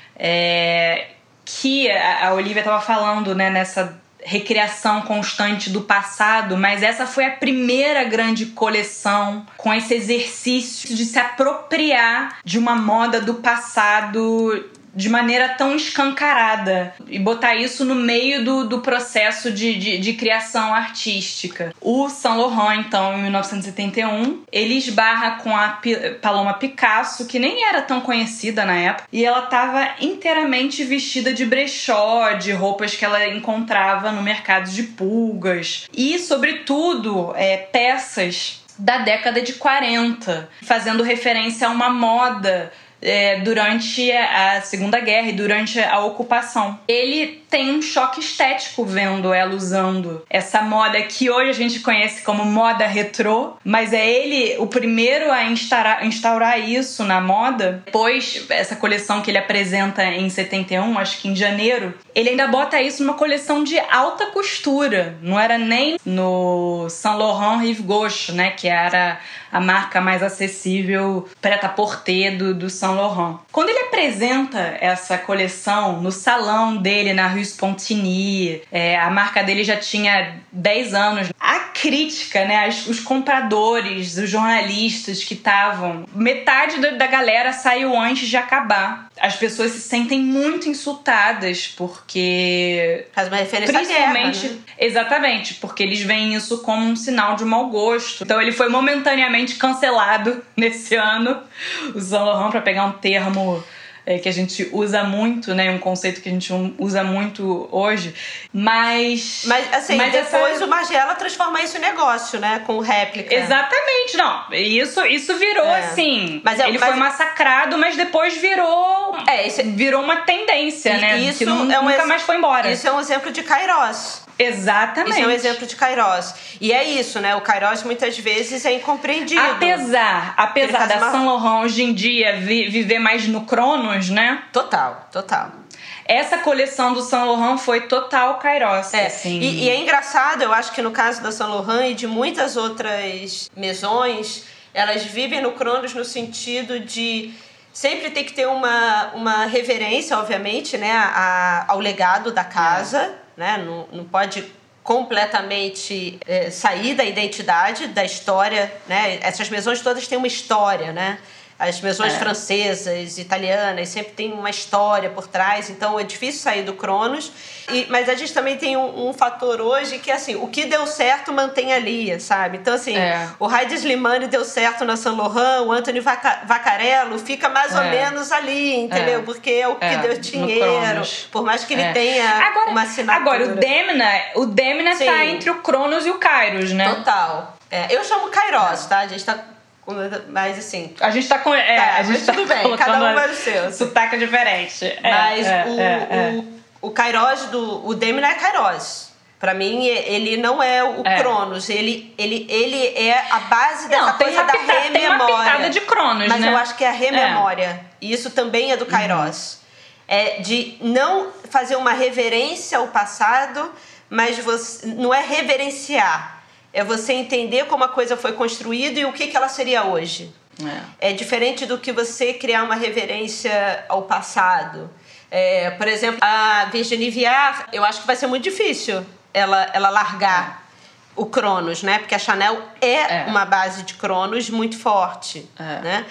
que a Olivia estava falando, né, nessa recriação constante do passado, mas essa foi a primeira grande coleção com esse exercício de se apropriar de uma moda do passado de maneira tão escancarada e botar isso no meio do processo de criação artística. O Saint Laurent, então, em 1971, ele esbarra com a Paloma Picasso, que nem era tão conhecida na época, e ela estava inteiramente vestida de brechó, de roupas que ela encontrava no mercado de pulgas e, sobretudo, peças da década de 40, fazendo referência a uma moda durante a Segunda Guerra e durante a ocupação. Ele tem um choque estético vendo ela usando essa moda que hoje a gente conhece como moda retrô, mas é ele o primeiro a instaurar isso na moda. Depois, essa coleção que ele apresenta em 71, acho que em janeiro, ele ainda bota isso numa coleção de alta costura. Não era nem no Saint Laurent Rive Gauche, né, que era a marca mais acessível, prêt-à-porter do Saint Saint Laurent. Quando ele apresenta essa coleção no salão dele, na Rue Spontigny, a marca dele já tinha 10 anos. A crítica, né, os compradores, os jornalistas que estavam... Metade da galera saiu antes de acabar. As pessoas se sentem muito insultadas porque... Faz uma referência à guerra, né? Exatamente, porque eles veem isso como um sinal de mau gosto. Então ele foi momentaneamente cancelado nesse ano, o Saint Laurent, para pegar um termo que a gente usa muito, né? Um conceito que a gente usa muito hoje. Mas assim, depois o Margiela transforma isso em negócio, né? Com réplica. Exatamente, não. Isso virou assim. Ele foi massacrado, mas depois virou uma tendência, né? Isso que nunca mais foi embora. Isso é um exemplo de Kairos. Exatamente. Isso é um exemplo de Kairos. E é isso, né? O Kairos muitas vezes é incompreendido. Apesar da Saint Laurent hoje em dia viver mais no Cronos, né? Total. Essa coleção do Saint Laurent foi total Kairos. Assim. E é engraçado, eu acho que no caso da Saint Laurent e de muitas outras maisons, elas vivem no Cronos no sentido de sempre ter que ter uma reverência, obviamente, né? Ao legado da casa. Né? Não pode completamente sair da identidade, da história, né? Essas maisons todas têm uma história, né? As maisons francesas, italianas, sempre tem uma história por trás, então é difícil sair do Cronos. Mas a gente também tem um fator hoje que, assim, o que deu certo mantém ali, sabe? Então, assim, o Hedi Slimani deu certo na Saint Laurent, o Anthony Vaccarello fica mais ou menos ali, entendeu? Porque é o que deu dinheiro, por mais que ele tenha uma assinatura. Agora, o Demna tá entre o Cronos e o Kairos, né? Total. Eu chamo Kairos, tá? A gente tá... Mas assim... A gente tá com... a gente tudo tá bem, cada um vai no seu. Sotaque diferente. Mas o Kairos o Demna é Kairos. Pra mim, ele não é o Cronos. Ele é a base dessa coisa da rememória. Tem uma pitada de Cronos, mas né? eu acho que é a rememória. E isso também é do Kairos. É de não fazer uma reverência ao passado, mas não é reverenciar. É você entender como a coisa foi construída e o que ela seria hoje. É diferente do que você criar uma reverência ao passado. Por exemplo, a Virginie Viard, eu acho que vai ser muito difícil ela largar o Cronos, né? Porque a Chanel é uma base de Cronos muito forte, né?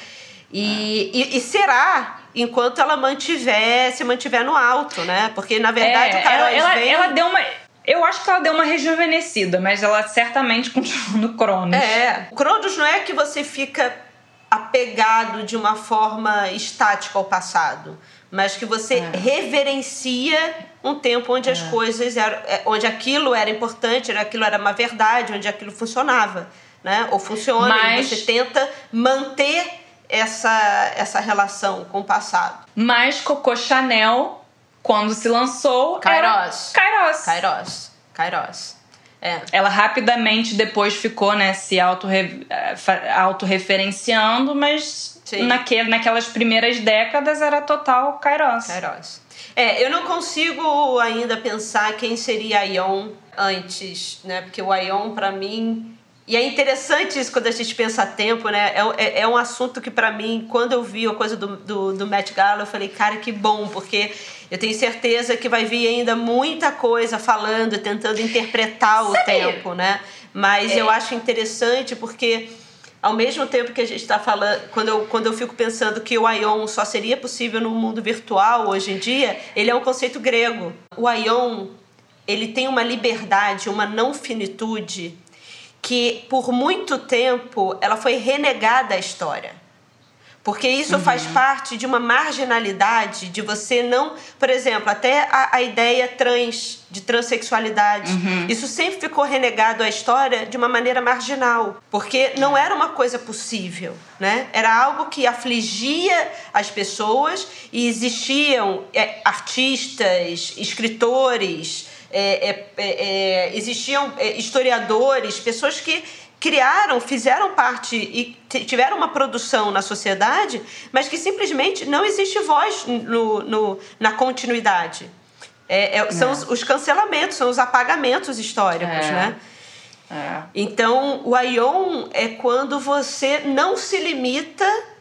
E será enquanto ela se mantiver no alto, né? Porque, na verdade, o Kairos vem... Ela deu uma... Eu acho que ela deu uma rejuvenescida, mas ela certamente continua no Cronos. O Cronos não é que você fica apegado de uma forma estática ao passado, mas que você reverencia um tempo onde as coisas eram... onde aquilo era importante, aquilo era uma verdade, onde aquilo funcionava, né? Ou funciona, e você tenta manter essa relação com o passado. Mas Coco Chanel... Quando se lançou, Kairos. Ela rapidamente depois ficou, né, se autorreferenciando, mas naquelas primeiras décadas era total Kairos. Eu não consigo ainda pensar quem seria Aion antes, né? Porque o Aion, pra mim... E é interessante isso quando a gente pensa a tempo, né? É um assunto que, pra mim, quando eu vi a coisa do Met Gala, eu falei, cara, que bom, porque eu tenho certeza que vai vir ainda muita coisa falando, tentando interpretar o tempo, né? Mas eu acho interessante porque, ao mesmo tempo que a gente está falando, quando eu fico pensando que o Aion só seria possível no mundo virtual hoje em dia, ele é um conceito grego. O Aion, ele tem uma liberdade, uma não finitude, que por muito tempo ela foi renegada à história. Porque isso faz parte de uma marginalidade, de você não... Por exemplo, até a ideia de transexualidade. Isso sempre ficou renegado à história de uma maneira marginal. Porque não era uma coisa possível, né? Era algo que afligia as pessoas e existiam artistas, escritores... existiam historiadores, pessoas que fizeram parte e tiveram uma produção na sociedade, mas que simplesmente não existe voz na continuidade. São os cancelamentos, são os apagamentos históricos, né? Então, o Aion é quando você não se limita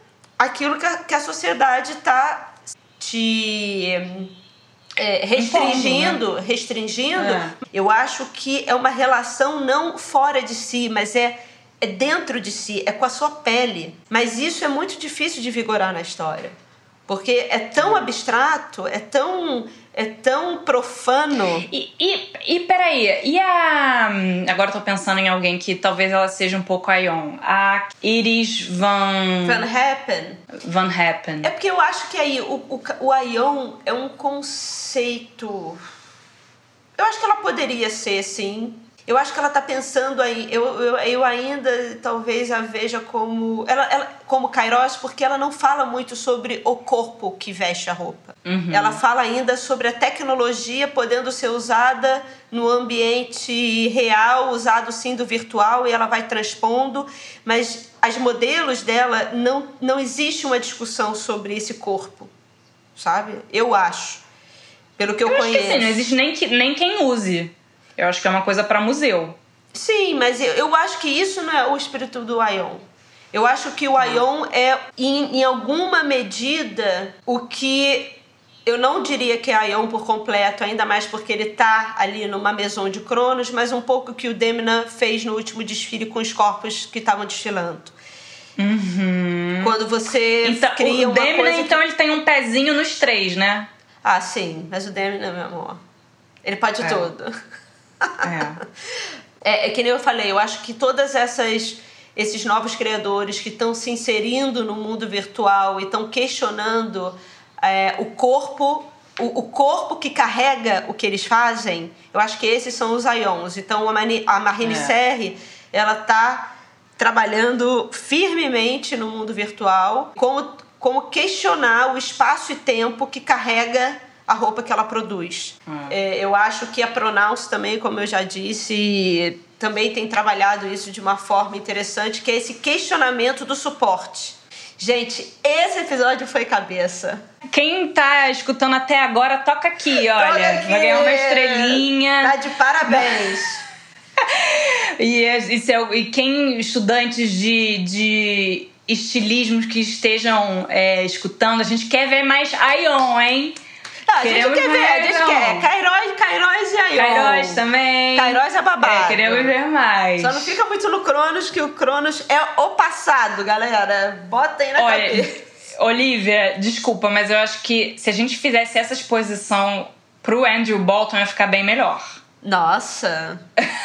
aquilo que a sociedade está te restringindo. Eu acho que é uma relação não fora de si, mas é dentro de si, é com a sua pele. Mas isso é muito difícil de vigorar na história. Porque é tão abstrato, é tão profano. E peraí, agora eu tô pensando em alguém que talvez ela seja um pouco Aion. A Iris Van Happen. É porque eu acho que aí o Aion é um conceito... Eu acho que ela poderia ser, sim. Eu acho que ela tá pensando aí... Eu ainda talvez a veja como... Ela como Kairos, porque ela não fala muito sobre o corpo que veste a roupa. Uhum. Ela fala ainda sobre a tecnologia podendo ser usada no ambiente real, usado sim do virtual, e ela vai transpondo. Mas as modelos dela, não existe uma discussão sobre esse corpo, sabe? Eu acho. Pelo que eu conheço. Acho que sim, não existe nem quem use. Eu acho que é uma coisa para museu. Sim, mas eu acho que isso não é o espírito do Aion. Eu acho que o Aion é, em alguma medida, o que eu não diria que é Aion por completo, ainda mais porque ele tá ali numa Maison de Cronos, mas um pouco o que o Demna fez no último desfile com os corpos que estavam desfilando. Uhum. Quando você então, cria uma Demna, coisa... então, ele tem um pezinho nos 3, né? Ah, sim. Mas o Demna, meu amor, ele pode tudo. É que nem eu falei, eu acho que todas esses novos criadores que estão se inserindo no mundo virtual e estão questionando o corpo que carrega o que eles fazem, eu acho que esses são os Aions. Então a Marine Serre, ela está trabalhando firmemente no mundo virtual como questionar o espaço e tempo que carrega a roupa que ela produz. Eu acho que a Pronounce também, como eu já disse, também tem trabalhado isso de uma forma interessante, que é esse questionamento do suporte. Gente, esse episódio foi cabeça. Quem tá escutando até agora, toca aqui, olha. Vai ganhar uma estrelinha. Tá de parabéns. E quem, estudantes de estilismos que estejam escutando, a gente quer ver mais Aion, hein? Não, a gente quer. Kairos e Aion. Kairos também. Kairos é babado. Queremos ver mais. Só não fica muito no Cronos, que o Cronos é o passado, galera. Bota aí na cabeça. Olivia, desculpa, mas eu acho que se a gente fizesse essa exposição pro Andrew Bolton, ia ficar bem melhor. Nossa...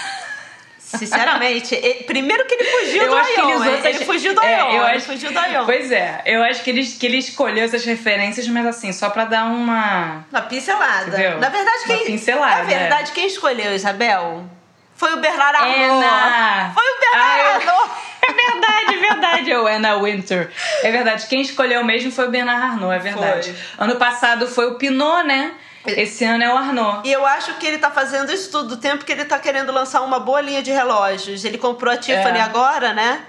Sinceramente, primeiro que ele fugiu do Aion. Ele fugiu do Aion. Pois é, eu acho que ele escolheu essas referências, mas assim, só pra dar uma pincelada. Entendeu? Na verdade, quem escolheu, Isabel, foi o Bernard Arnault. Foi o Bernard Arnault. É verdade, o Anna Wintour. É verdade, quem escolheu mesmo foi o Bernard Arnault, é verdade. Ano passado foi o Pinot, né? Esse ano é o Arnault. E eu acho que ele tá fazendo isso tudo do tempo que ele tá querendo lançar uma boa linha de relógios. Ele comprou a Tiffany agora, né?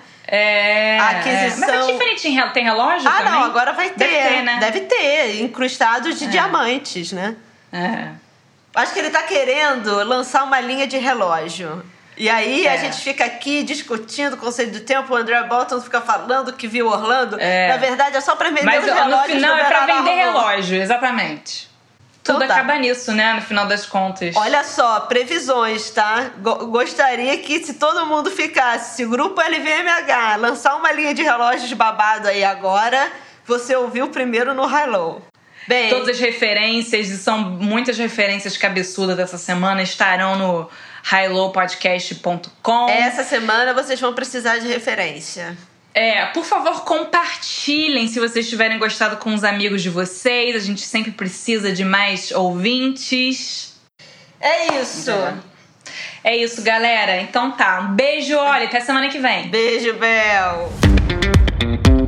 A aquisição... Mas a Tiffany tem relógio também? Não, agora vai ter. Deve ter, né? Deve ter, incrustados de diamantes, né? Acho que ele tá querendo lançar uma linha de relógio. E aí a gente fica aqui discutindo o conceito do tempo, o André Bolton fica falando que viu Orlando. Na verdade é só pra vender os relógios. Mas no final é pra vender relógio, exatamente. Tudo acaba nisso, né? No final das contas. Olha só, previsões, tá? Gostaria que se todo mundo ficasse, se o grupo LVMH lançar uma linha de relógios babado aí agora, você ouviu primeiro no High Low. Bem, todas as referências, e são muitas referências cabeçudas dessa semana, estarão no highlowpodcast.com. Essa semana vocês vão precisar de referência. Por favor, compartilhem se vocês tiverem gostado com os amigos de vocês. A gente sempre precisa de mais ouvintes. É isso. É isso, galera. Então tá. Um beijo, olha, até semana que vem. Beijo, Bel.